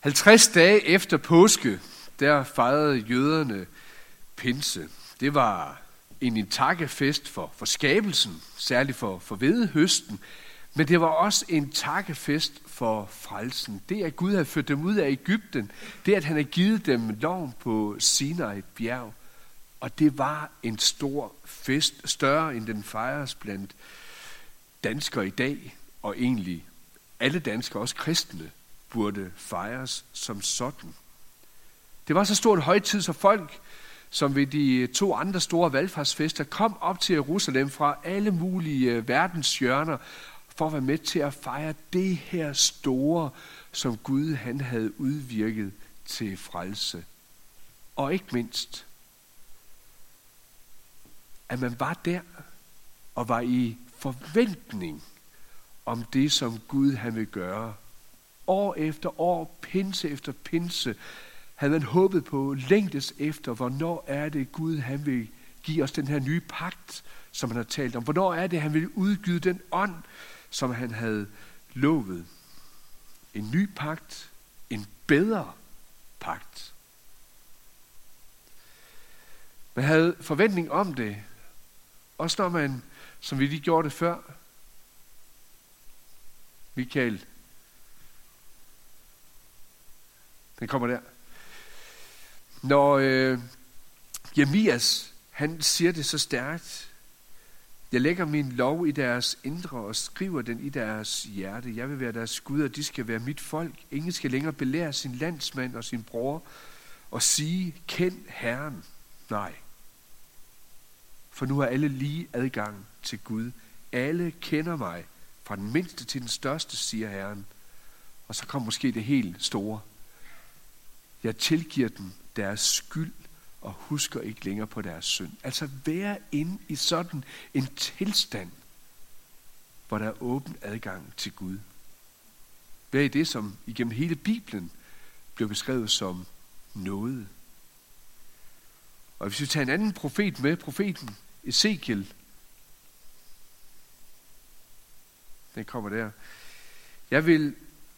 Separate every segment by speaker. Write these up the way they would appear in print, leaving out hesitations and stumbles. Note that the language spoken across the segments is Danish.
Speaker 1: 50 dage efter påske, der fejrede jøderne pinse. Det var en takkefest for skabelsen, særligt for hvedehøsten, men det var også en takkefest for frelsen. Det, at Gud havde ført dem ud af Egypten, det, at han havde givet dem loven på Sinai bjerg, og det var en stor fest, større end den fejres blandt danskere i dag, og egentlig alle danskere, også kristne, burde fejres som sådan. Det var så stort højtid, så folk, som ved de 2 andre store valgfartsfester, kom op til Jerusalem fra alle mulige verdens hjørner, for at være med til at fejre det her store, som Gud han havde udvirket til frelse. Og ikke mindst, at man var der og var i forventning om det, som Gud han vil gøre. År efter år, pinse efter pinse, havde man håbet på, længtes efter, hvornår er det Gud han vil give os den her nye pagt, som han har talt om. Hvornår er det, han vil udgyde den ånd, som han havde lovet. En ny pagt, en bedre pagt. Man havde forventning om det, også når man, som vi lige gjorde det før, Michael, den kommer der. Når Jeremias, han siger det så stærkt, jeg lægger min lov i deres indre og skriver den i deres hjerte. Jeg vil være deres Gud, og de skal være mit folk. Ingen skal længere belære sin landsmand og sin bror og sige, kend Herren. Nej. For nu har alle lige adgang til Gud. Alle kender mig, fra den mindste til den største, siger Herren. Og så kommer måske det helt store. Jeg tilgiver dem deres skyld og husker ikke længere på deres synd. Altså være inde i sådan en tilstand, hvor der er åben adgang til Gud. Vær i det, som igennem hele Bibelen blev beskrevet som nåde. Og hvis vi tager en anden profet med, profeten Ezekiel, den kommer der. Jeg vil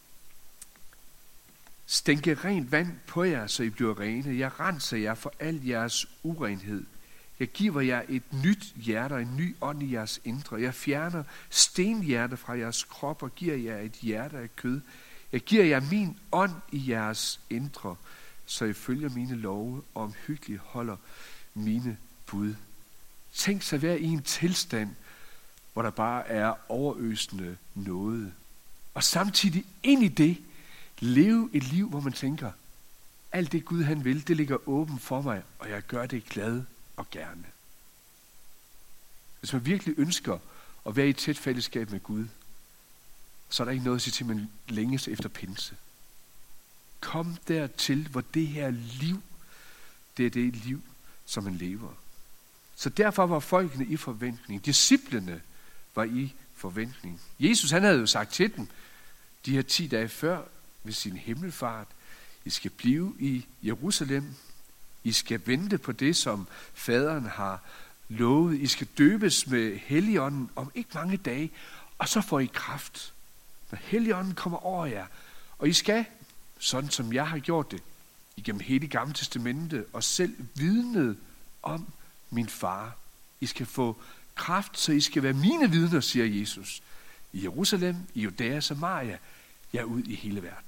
Speaker 1: stænke rent vand på jer, så I bliver rene. Jeg renser jer for al jeres urenhed. Jeg giver jer et nyt hjerte og en ny ånd i jeres indre. Jeg fjerner stenhjerte fra jeres krop og giver jer et hjerte af kød. Jeg giver jer min ånd i jeres indre, så I følger mine love og omhyggeligt holder mine bud. Tænk sig at være i en tilstand, hvor der bare er overøsende nåde. Og samtidig ind i det, leve et liv, hvor man tænker, alt det Gud han vil, det ligger åben for mig, og jeg gør det glad og gerne. Hvis man virkelig ønsker at være i et tæt fællesskab med Gud, så er der ikke noget at sige til, at man længes efter pinse. Kom dertil, hvor det her liv, det er det liv, som man lever. Så derfor var folkene i forventning. Disciplene var i forventning. Jesus han havde jo sagt til dem, de her 10 dage før, ved sin himmelfart, I skal blive i Jerusalem. I skal vente på det, som faderen har lovet. I skal døbes med Helligånden om ikke mange dage, og så får I kraft, når Helligånden kommer over jer. Og I skal, sådan som jeg har gjort det, igennem hele Gamle Testamente, og selv vidnet om min far. I skal få kraft, så I skal være mine vidner, siger Jesus. I Jerusalem, i Judæa, Samaria, ja, ud i hele verden.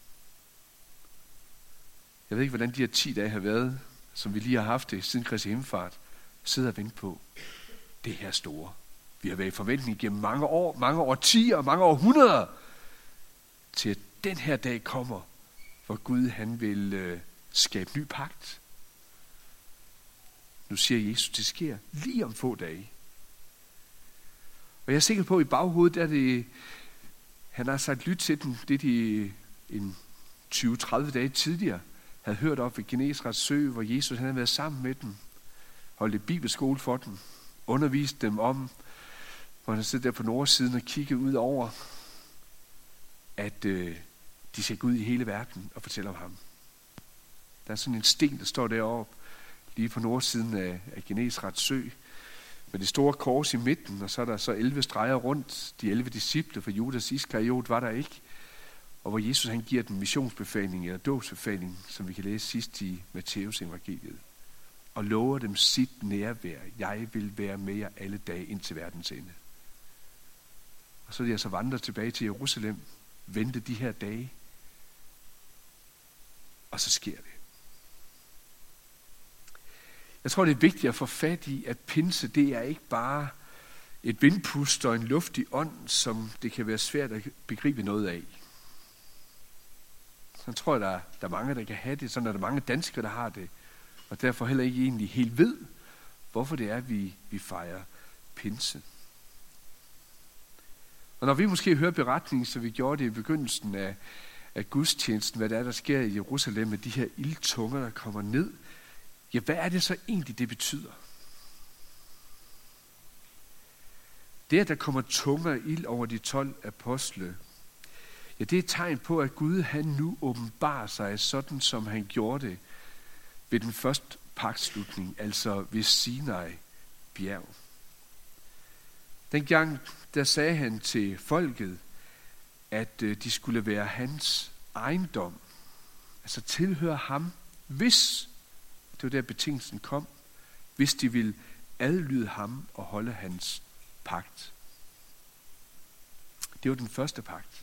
Speaker 1: Jeg ved ikke, hvordan de her 10 dage har været, som vi lige har haft det siden Kristi himmelfart, sidder og venter på det her store. Vi har været i forventning gennem mange år, mange årtier og mange århundreder, til at den her dag kommer, hvor Gud han vil skabe ny pagt. Nu siger Jesus, det sker lige om få dage. Og jeg er sikker på, at i baghovedet er det, han har sagt lyt til dem, det de en 20-30 dage tidligere havde hørt op ved Genesarets sø, hvor Jesus han havde været sammen med dem, holdt et bibelskole for dem, undervist dem om, hvor han sidder der på nordsiden og kigger ud over, at de skal gå ud i hele verden og fortælle om ham. Der er sådan en sten, der står deroppe, lige på nordsiden af Genesarets sø, med det store kors i midten, og så er der så 11 streger rundt. De 11 disciple for Judas Iskariot var der ikke. og hvor Jesus han giver den missionsbefaling eller dåbsbefaling, som vi kan læse sidst i Matteus evangeliet, og lover dem sit nærvær. Jeg vil være med jer alle dage indtil verdens ende. Og så er de altså vandret tilbage til Jerusalem, vente de her dage, og så sker det. Jeg tror, det er vigtigt at få fat i, at pinse, det er ikke bare et vindpust og en luftig ånd, som det kan være svært at begribe noget af. Så tror jeg, der er mange, der kan have det. Sådan er der mange danskere, der har det. Og derfor heller ikke egentlig helt ved, hvorfor det er, vi fejrer pinse. Og når vi måske hører beretningen, så vi gjorde det i begyndelsen af gudstjenesten, hvad der sker i Jerusalem med de her ildtunger, der kommer ned, ja, hvad er det så egentlig, det betyder? Det, at der kommer tunger af ild over de 12 apostle, ja, det er et tegn på, at Gud han nu åbenbarer sig, sådan som han gjorde det ved den første pagtslutning, altså ved Sinai bjerg. Dengang, der sagde han til folket, at de skulle være hans ejendom, altså tilhøre ham, hvis, det var der betingelsen kom, hvis de ville adlyde ham og holde hans pagt. Det var den første pagt.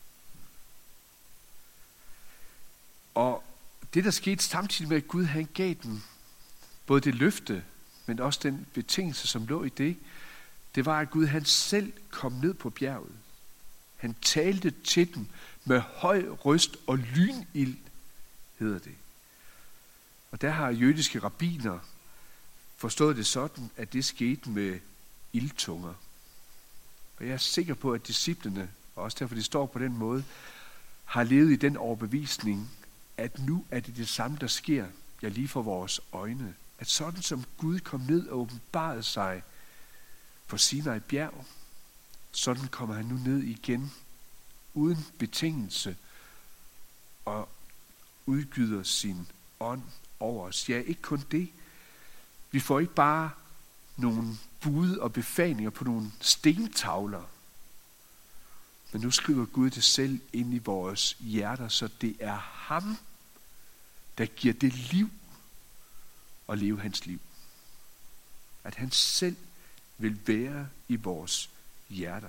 Speaker 1: Og det, der skete samtidig med, at Gud han gav dem både det løfte, men også den betingelse, som lå i det, det var, at Gud han selv kom ned på bjerget. Han talte til dem med høj røst og lynild, hedder det. Og der har jødiske rabbiner forstået det sådan, at det skete med ildtunger. Og jeg er sikker på, at disciplene, og også derfor de står på den måde, har levet i den overbevisning, at nu er det det samme, der sker, ja lige for vores øjne. At sådan som Gud kom ned og åbenbarede sig på Sinai bjerg, sådan kommer han nu ned igen, uden betingelse, og udgyder sin ånd over os. Ja, ikke kun det. Vi får ikke bare nogle bud og befalinger på nogle stentavler, men nu skriver Gud det selv ind i vores hjerter, så det er ham, der giver det liv og leve hans liv. At han selv vil være i vores hjerter.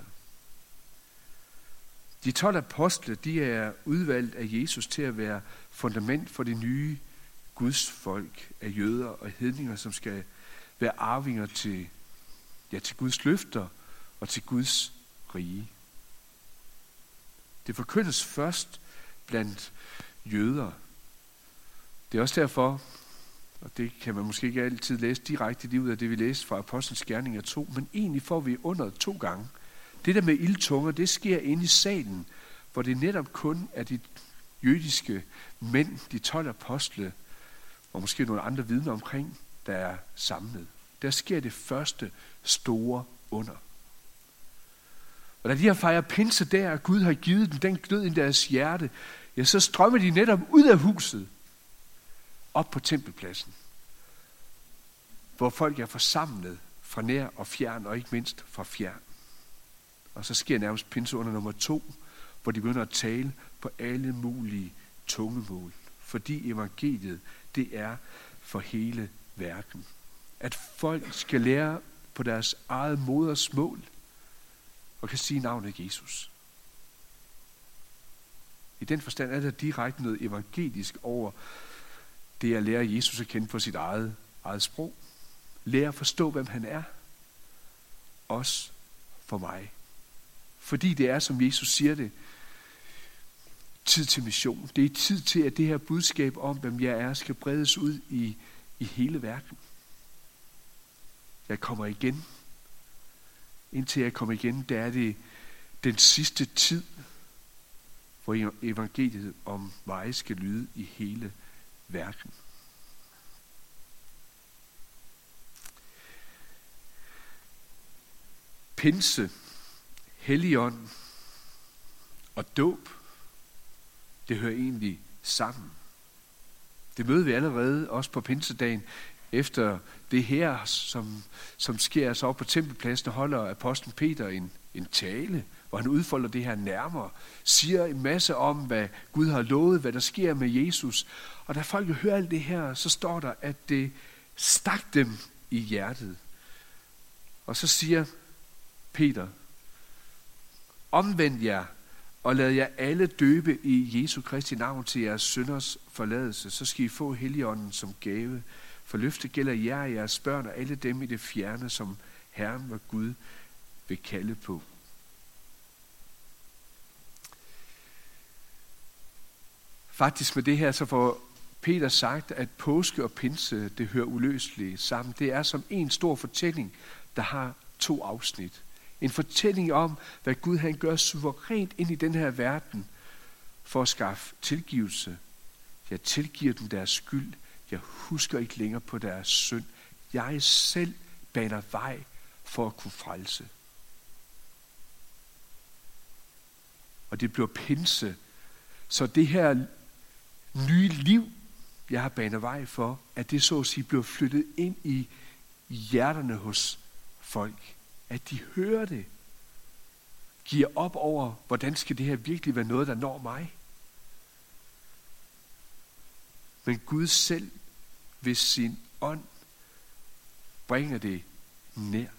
Speaker 1: De 12 apostle, de er udvalgt af Jesus til at være fundament for det nye Guds folk af jøder og hedninger, som skal være arvinger til Guds løfter og til Guds rige. Det forkyndes først blandt jøder. Det er også derfor, og det kan man måske ikke altid læse direkte lige ud af det, vi læste fra Apostlenes Gerninger 2, men egentlig får vi under 2 gange. Det der med ildtunger, det sker inde i salen, hvor det netop kun er de jødiske mænd, de 12 apostle, og måske nogle andre vidner omkring, der er samlet. Der sker det første store under. Og da de har fejret pinse der, og Gud har givet dem den glød i deres hjerte, ja, så strømmer de netop ud af huset, op på tempelpladsen, hvor folk er forsamlet fra nær og fjern, og ikke mindst fra fjern. Og så sker nærmest pinse under nummer 2, hvor de begynder at tale på alle mulige tungemål, fordi evangeliet, det er for hele verden. At folk skal lære på deres eget modersmål, og kan sige navnet Jesus. I den forstand er der direkte noget evangelisk over det at lære Jesus at kende på sit eget sprog. Lære at forstå, hvem han er. Også for mig. Fordi det er, som Jesus siger det, tid til mission. Det er tid til, at det her budskab om, hvem jeg er, skal bredes ud i hele verden. Jeg kommer igen. Indtil jeg kommer igen, der er det den sidste tid, hvor evangeliet om mig skal lyde i hele verden. Pinse, Helligånd og dåb, det hører egentlig sammen. Det møder vi allerede også på pinsedagen, efter det her, som sker så op på tempelpladsen, holder apostlen Peter en tale hvor han udfolder det her nærmere, siger en masse om, hvad Gud har lovet, hvad der sker med Jesus. Og da folk hører alt det her, så står der, at det stak dem i hjertet. Og så siger Peter, omvend jer, og lad jer alle døbe i Jesu Kristi navn til jeres synders forladelse, så skal I få Helligånden som gave. For løftet gælder jer og jeres børn og alle dem i det fjerne, som Herren og Gud vil kalde på. Faktisk med det her, så får Peter sagt, at påske og pinse, det hører uløseligt sammen. Det er som en stor fortælling, der har 2 afsnit. En fortælling om, hvad Gud han gør suverænt ind i den her verden for at skaffe tilgivelse. Jeg tilgiver dem deres skyld. Jeg husker ikke længere på deres synd. Jeg selv baner vej for at kunne frelse. Og det bliver pinse. Så det her nye liv, jeg har banet vej for, at det så at sige bliver flyttet ind i hjerterne hos folk. At de hører det. Giver op over, hvordan skal det her virkelig være noget, der når mig. Men Gud selv ved sin ånd bringer det nær.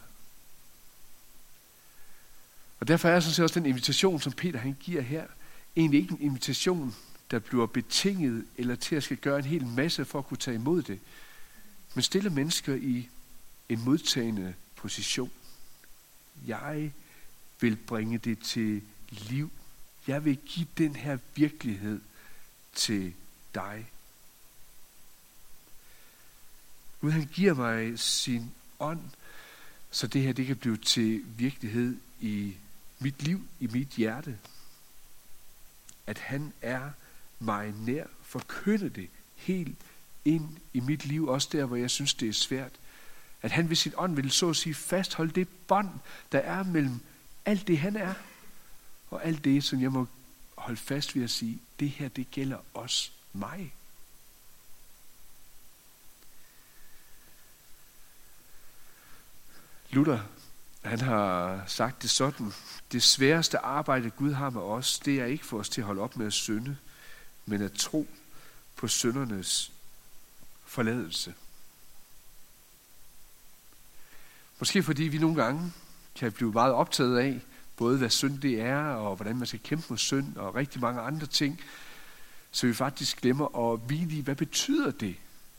Speaker 1: Og derfor er sådan set også den invitation, som Peter han giver her, egentlig ikke en invitation, der bliver betinget eller til at skal gøre en hel masse for at kunne tage imod det, men stiller mennesker i en modtagende position. Jeg vil bringe det til liv. Jeg vil give den her virkelighed til dig. Gud han giver mig sin ånd, så det her det kan blive til virkelighed i mit liv, i mit hjerte. At han er mig nær, forkynde det helt ind i mit liv, også der, hvor jeg synes, det er svært. At han ved sin ånd vil så at sige fastholde det bånd, der er mellem alt det, han er, og alt det, som jeg må holde fast ved at sige, det her, det gælder også mig. Luther, han har sagt det sådan, det sværeste arbejde, Gud har med os, det er ikke for os til at holde op med at synde, men at tro på syndernes forladelse. Måske fordi vi nogle gange kan blive meget optaget af, både hvad synd det er, og hvordan man skal kæmpe mod synd, og rigtig mange andre ting, så vi faktisk glemmer at hvile i, hvad betyder det?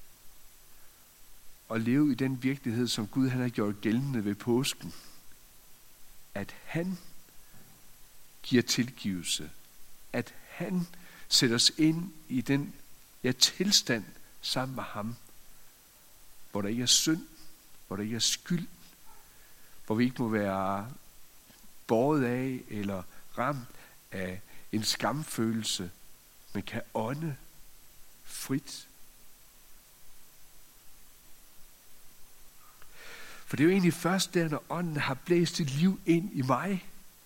Speaker 1: At leve i den virkelighed, som Gud han har gjort gældende ved påsken. At han giver tilgivelse. At han sætter os ind i den tilstand sammen med ham, hvor der ikke er synd, hvor der ikke er skyld, hvor vi ikke må være båret af eller ramt af en skamfølelse, men kan ånde frit. For det er jo egentlig først der, når ånden har blæst et liv ind i mig,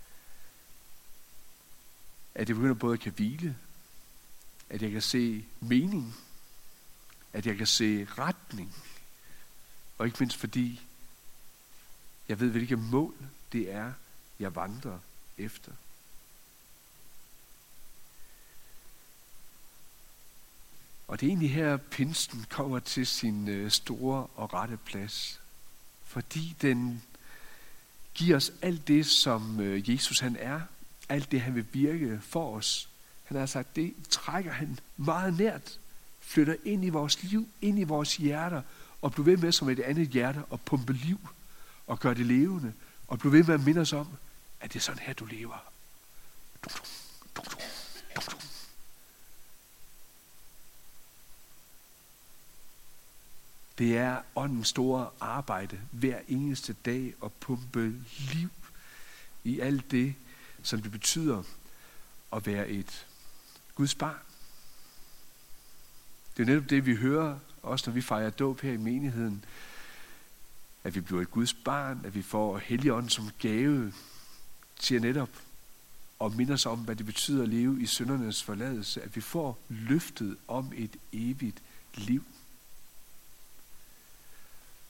Speaker 1: at jeg begynder både at kan hvile, at jeg kan se mening, at jeg kan se retning, og ikke mindst fordi jeg ved, hvilke mål det er, jeg vandrer efter. Og det er egentlig her, pinsen kommer til sin store og rette plads. Fordi den giver os alt det, som Jesus han er. Alt det, han vil virke for os. Han har sagt, det trækker han meget nært. Flytter ind i vores liv, ind i vores hjerter. Og bliver ved med som et andet hjerte og pumpe liv. Og gøre det levende. Og bliver ved med at minde os om, at det er sådan her, du lever. Det er åndens store arbejde hver eneste dag at pumpe liv i alt det, som det betyder at være et Guds barn. Det er netop det, vi hører, også når vi fejrer dåb her i menigheden, at vi bliver et Guds barn, at vi får Helligånden som gave til netop at minde os om, hvad det betyder at leve i syndernes forladelse, at vi får løftet om et evigt liv.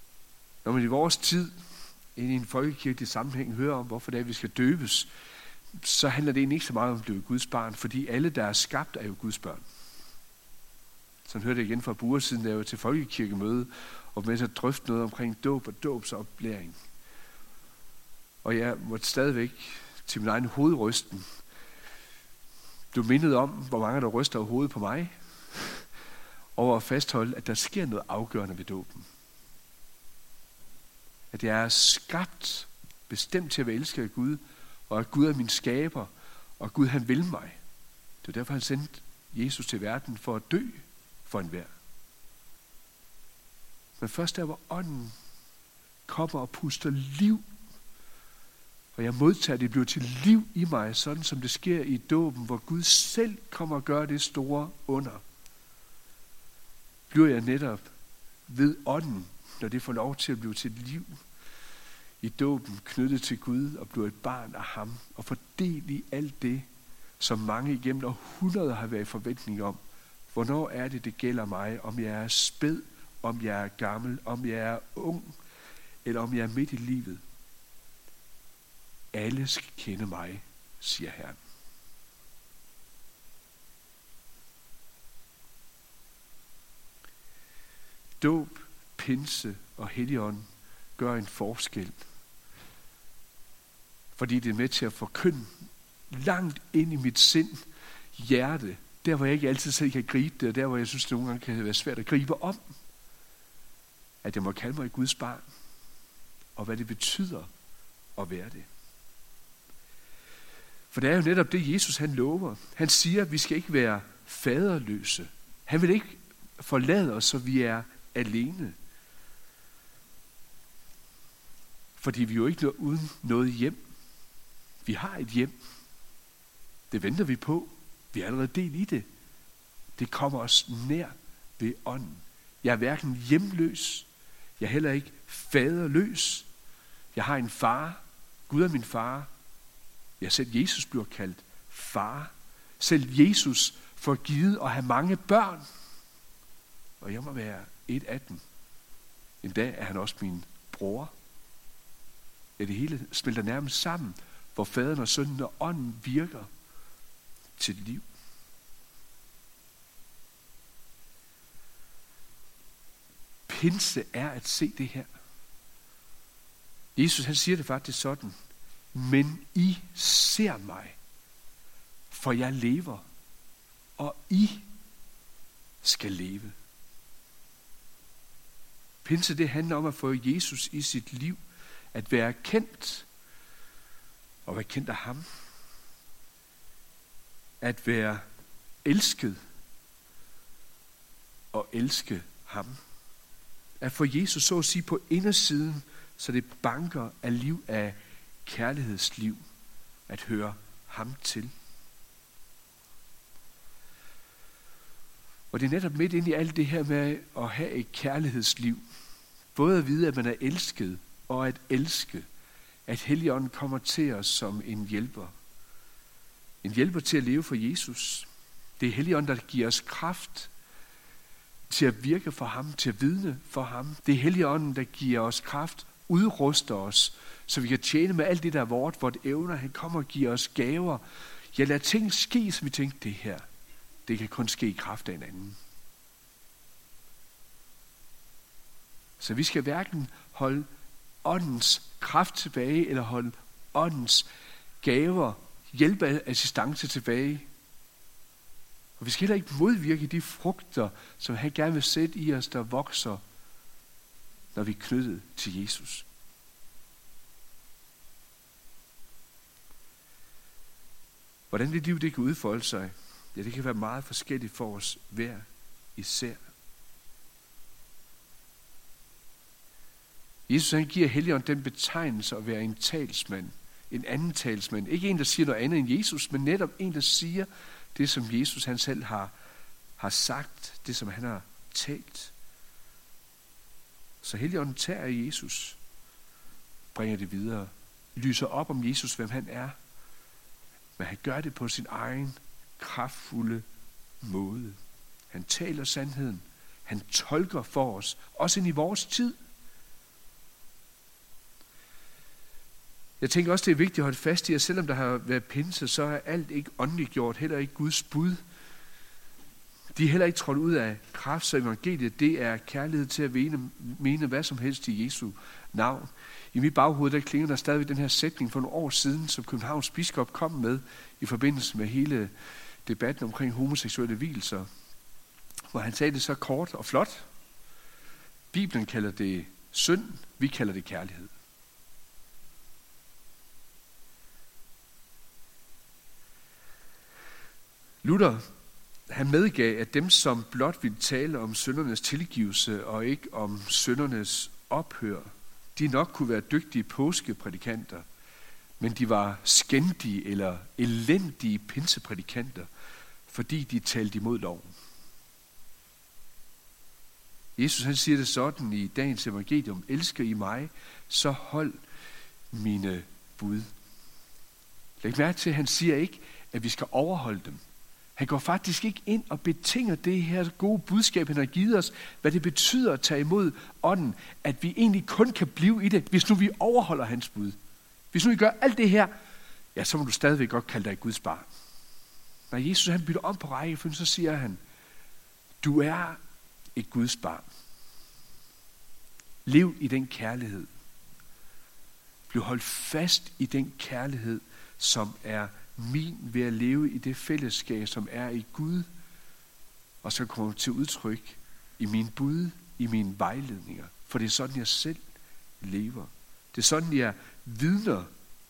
Speaker 1: Når man i vores tid, i en folkekirkelig sammenhæng, hører om, hvorfor det er, vi skal døbes, så handler det egentlig ikke så meget om at blive Guds barn, fordi alle, der er skabt, er jo Guds børn. Sådan hørte jeg igen fra Buresiden, da jeg var til folkekirkemøde, og med til at drøfte noget omkring dåb og dåbsoplæring. Og jeg måtte stadigvæk til min egen hovedrysten blive mindet om, hvor mange der ryster af hovedet på mig, over at fastholde, at der sker noget afgørende ved dåben. At jeg er skabt, bestemt til at være elsket af Gud, og at Gud er min skaber, og Gud han vil mig. Det er derfor, han sendte Jesus til verden for at dø for enhver. Men først der, hvor ånden kommer og puster liv, og jeg modtager det, bliver til liv i mig, sådan som det sker i dåben, hvor Gud selv kommer og gør det store under, bliver jeg netop ved ånden, når det får lov til at blive til liv i dåben, knyttet til Gud og bliver et barn af ham, og får del i alt det, som mange igennem århundreder har været i forventning om. Hvornår er det, det gælder mig? Om jeg er spæd, om jeg er gammel, om jeg er ung, eller om jeg er midt i livet. Alle skal kende mig, siger Herren. Dåb, pinse og helligånd gør en forskel. Fordi det er med til at forkynde langt ind i mit sind, hjerte, der hvor jeg ikke altid selv kan gribe det, og der hvor jeg synes, det nogle gange kan være svært at gribe om, at jeg må kalde mig et Guds barn, og hvad det betyder at være det. For det er jo netop det, Jesus han lover. Han siger, at vi skal ikke være faderløse. Han vil ikke forlade os, så vi er alene. Fordi vi jo ikke er uden noget hjem. Vi har et hjem. Det venter vi på. Vi er allerede del i det. Det kommer os nær ved ånden. Jeg er hverken hjemløs. Jeg er heller ikke faderløs. Jeg har en far. Gud er min far. Ja, selv Jesus bliver kaldt far. Selv Jesus får givet at have mange børn. Og jeg må være et af dem. En dag er han også min bror. Ja, det hele smelter nærmest sammen, hvor faderen og sønnen og ånden virker til liv. Pinse er at se det her. Jesus han siger det faktisk sådan. Men I ser mig, for jeg lever, og I skal leve. Pinse det handler om at få Jesus i sit liv, at være kendt, og være kendt af ham. At være elsket, og elske ham. At få Jesus så at sige på indersiden, så det banker af liv af kærlighedsliv, at høre ham til. Og det er netop midt ind i alt det her med at have et kærlighedsliv. Både at vide, at man er elsket, og at elske. At Helligånden kommer til os som en hjælper. En hjælper til at leve for Jesus. Det er Helligånden, der giver os kraft til at virke for ham, til at vidne for ham. Det er Helligånden, der giver os kraft, udruster os, så vi kan tjene med alt det, der er vort evner. Han kommer og giver os gaver. Ja, lad ting ske, som vi tænker, det her, det kan kun ske i kraft af en anden. Så vi skal hverken holde åndens kraft tilbage, eller holde åndens gaver, hjælpeassistance tilbage. Og vi skal heller ikke modvirke de frugter, som han gerne vil sætte i os, der vokser, når vi er knyttet til Jesus. Hvordan det liv det kan udfolde sig, ja, det kan være meget forskelligt for os hver især. Jesus han giver Helligånden den betegnelse at være en talsmand, en anden talsmand. Ikke en, der siger noget andet end Jesus, men netop en, der siger det, som Jesus han selv har sagt, det som han har talt. Så Helligånden tager af Jesus, bringer det videre, lyser op om Jesus, hvem han er, men han gør det på sin egen kraftfulde måde. Han taler sandheden, han tolker for os, også ind i vores tid. Jeg tænker også, det er vigtigt at holde fast i, at selvom der har været pinse, så er alt ikke åndeligt gjort, heller ikke Guds bud. De er heller ikke trådt ud af kraft, så evangeliet, det er kærlighed til at mene hvad som helst i Jesu navn. I mit baghoved, der klinger der stadigvæk den her sætning for nogle år siden, som Københavns biskop kom med i forbindelse med hele debatten omkring homoseksuelle vielser, hvor han sagde det så kort og flot. Bibelen kalder det synd, vi kalder det kærlighed. Luther, han medgav, at dem, som blot ville tale om syndernes tilgivelse og ikke om syndernes ophør, de nok kunne være dygtige påskeprædikanter, men de var skændige eller elendige pinseprædikanter, fordi de talte imod loven. Jesus han siger det sådan i dagens evangelium: elsker I mig, så hold mine bud. Læg mærke til, at han siger ikke, at vi skal overholde dem. Han går faktisk ikke ind og betinger det her gode budskab, han har givet os, hvad det betyder at tage imod ånden, at vi egentlig kun kan blive i det, hvis nu vi overholder hans bud. Hvis nu vi gør alt det her, ja, så må du stadigvæk godt kalde dig Guds barn. Når Jesus han bytter om på rækkefølgen, så siger han, du er et Guds barn. Lev i den kærlighed. Bliv holdt fast i den kærlighed, som er min, ved at leve i det fællesskab, som er i Gud, og så kommer til udtryk i mine bud, i mine vejledninger. For det er sådan, jeg selv lever. Det er sådan, jeg vidner.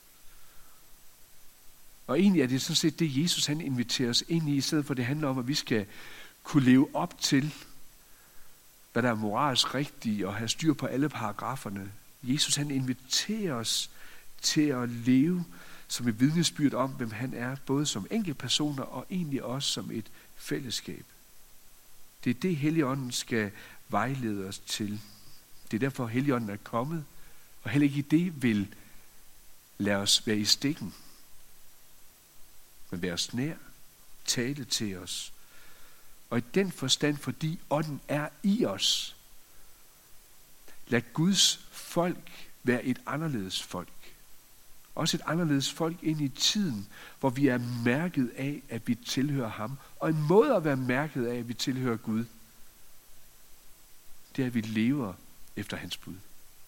Speaker 1: Og egentlig er det sådan set det, Jesus han inviterer os ind i stedet for det handler om, at vi skal kunne leve op til, hvad der er moralsk rigtigt, og have styr på alle paragraferne. Jesus han inviterer os til at leve som et vidnesbyrd om, hvem han er, både som enkeltpersoner og egentlig også som et fællesskab. Det er det, Helligånden skal vejlede os til. Det er derfor, Helligånden er kommet, og heller ikke i det vil lade os være i stikken, men være os nær, tale til os. Og i den forstand, fordi ånden er i os, lad Guds folk være et anderledes folk. Også et anderledes folk ind i tiden, hvor vi er mærket af, at vi tilhører ham. Og en måde at være mærket af, at vi tilhører Gud, det er, at vi lever efter hans bud.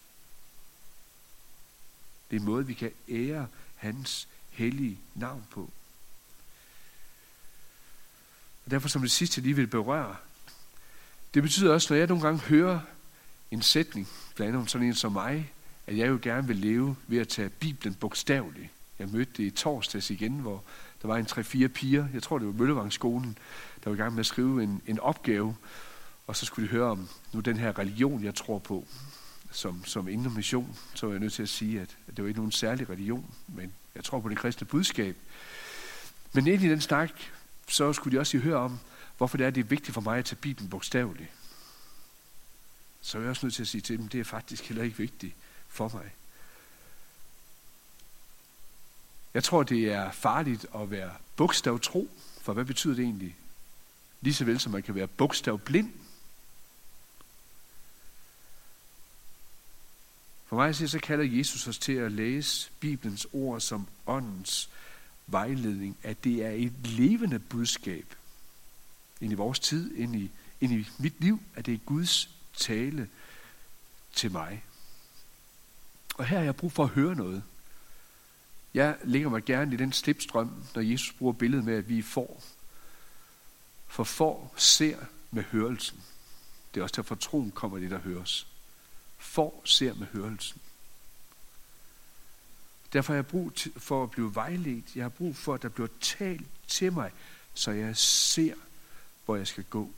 Speaker 1: Det er en måde, vi kan ære hans hellige navn på. Og derfor som det sidste, jeg lige vil berøre, det betyder også, når jeg nogle gange hører en sætning, blandt andet om sådan en som mig, at jeg jo gerne vil leve ved at tage Bibelen bogstaveligt. Jeg mødte det i torsdags igen, hvor der var en 3-4 piger, jeg tror det var Møllevangsskolen, der var i gang med at skrive en opgave, og så skulle de høre om nu den her religion, jeg tror på, som Indre Mission. Så var jeg nødt til at sige, at det var ikke nogen særlig religion, men jeg tror på det kristne budskab. Men ind i den snak, så skulle de også høre om, hvorfor det er vigtigt for mig at tage Bibelen bogstaveligt. Så er jeg også nødt til at sige til dem, det er faktisk heller ikke vigtigt for mig. Jeg tror, det er farligt at være bogstavtro, for hvad betyder det egentlig? Lige så vel som man kan være bogstavblind. For mig så kalder Jesus os til at læse Bibelens ord som åndens vejledning, at det er et levende budskab ind i vores tid, ind i mit liv, at det er Guds tale til mig. Og her har jeg brug for at høre noget. Jeg lægger mig gerne i den slipstrøm, når Jesus bruger billedet med, at vi er får. For får ser med hørelsen. Det er også derfor troen kommer det, der høres. Får ser med hørelsen. Derfor har jeg brug for at blive vejledt. Jeg har brug for, at der bliver talt til mig, så jeg ser, hvor jeg skal gå.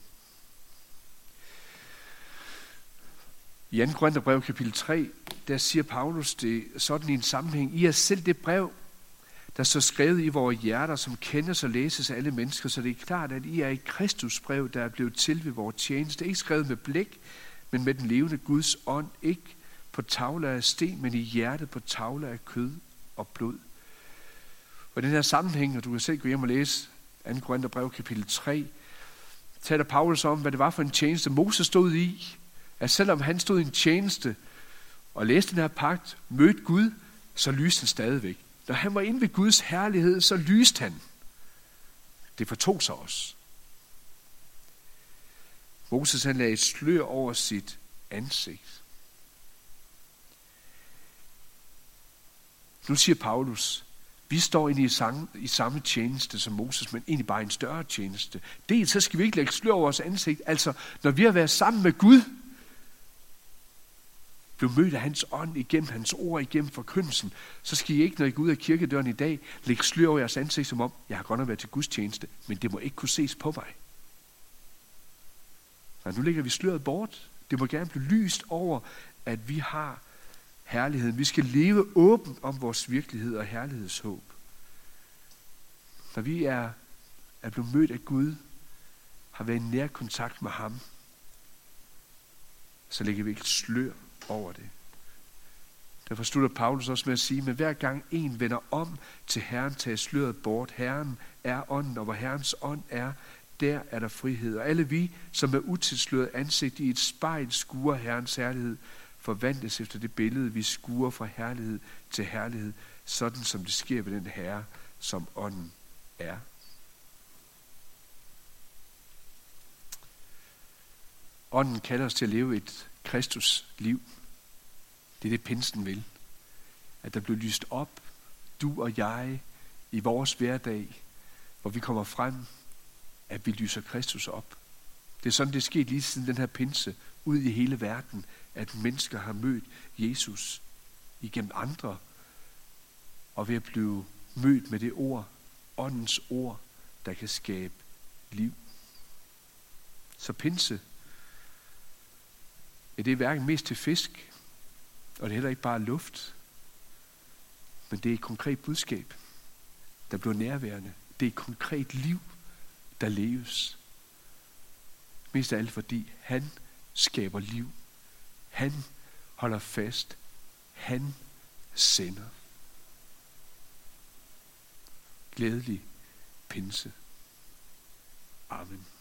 Speaker 1: I 2. Korintherbrev kapitel 3, der siger Paulus det sådan i en sammenhæng. I er selv det brev, der står skrevet i vores hjerter, som kendes og læses af alle mennesker, så det er klart, at I er et Kristusbrev, der er blevet til ved vores tjeneste. Ikke skrevet med blæk, men med den levende Guds ånd. Ikke på tavler af sten, men i hjertet på tavler af kød og blod. Og i den her sammenhæng, og du kan selv gå hjem og læse 2. Korintherbrev kapitel 3, taler Paulus om, hvad det var for en tjeneste, Moses stod i. At selvom han stod i en tjeneste og læste den her pagt, mødte Gud, så lyste han stadigvæk. Når han var inde ved Guds herlighed, så lyste han. Det fortog sig også. Moses han lagde et slør over sit ansigt. Nu siger Paulus, vi står inde i samme tjeneste som Moses, men egentlig bare en større tjeneste. Dels så skal vi ikke lægge slør over vores ansigt. Altså, når vi har været sammen med Gud, blev mødt af hans ånd igennem, hans ord igennem forkyndelsen, så skal I ikke, når I går ud af kirkedøren i dag, lægge slør over jeres ansigt, som om, jeg har godt nok været til Guds tjeneste, men det må ikke kunne ses på mig. Nej, nu lægger vi sløret bort. Det må gerne blive lyst over, at vi har herligheden. Vi skal leve åbent om vores virkelighed og herlighedshåb. Når vi er blevet mødt af Gud, har været i nær kontakt med ham, så lægger vi ikke slør over det. Derfor slutter Paulus også med at sige, men hver gang en vender om til Herren, tager sløret bort. Herren er ånden, og hvor Herrens ånd er, der er der frihed. Og alle vi, som er utilsløret ansigt i et spejl, skuer Herrens herlighed, forvandles efter det billede, vi skuer fra herlighed til herlighed, sådan som det sker ved den Herre, som ånden er. Ånden kalder os til at leve et Kristus-liv. Det er det, pinsen vil. At der bliver lyst op, du og jeg, i vores hverdag, hvor vi kommer frem, at vi lyser Kristus op. Det er sådan, det er sket lige siden den her pinse, ud i hele verden, at mennesker har mødt Jesus igennem andre, og ved at blive mødt med det ord, åndens ord, der kan skabe liv. Så pinse, ja, det er hverken mest til fisk, og det er heller ikke bare luft, men det er et konkret budskab, der bliver nærværende. Det er et konkret liv, der leves. Mest af alt fordi han skaber liv. Han holder fast. Han sender. Glædelig pinse. Amen.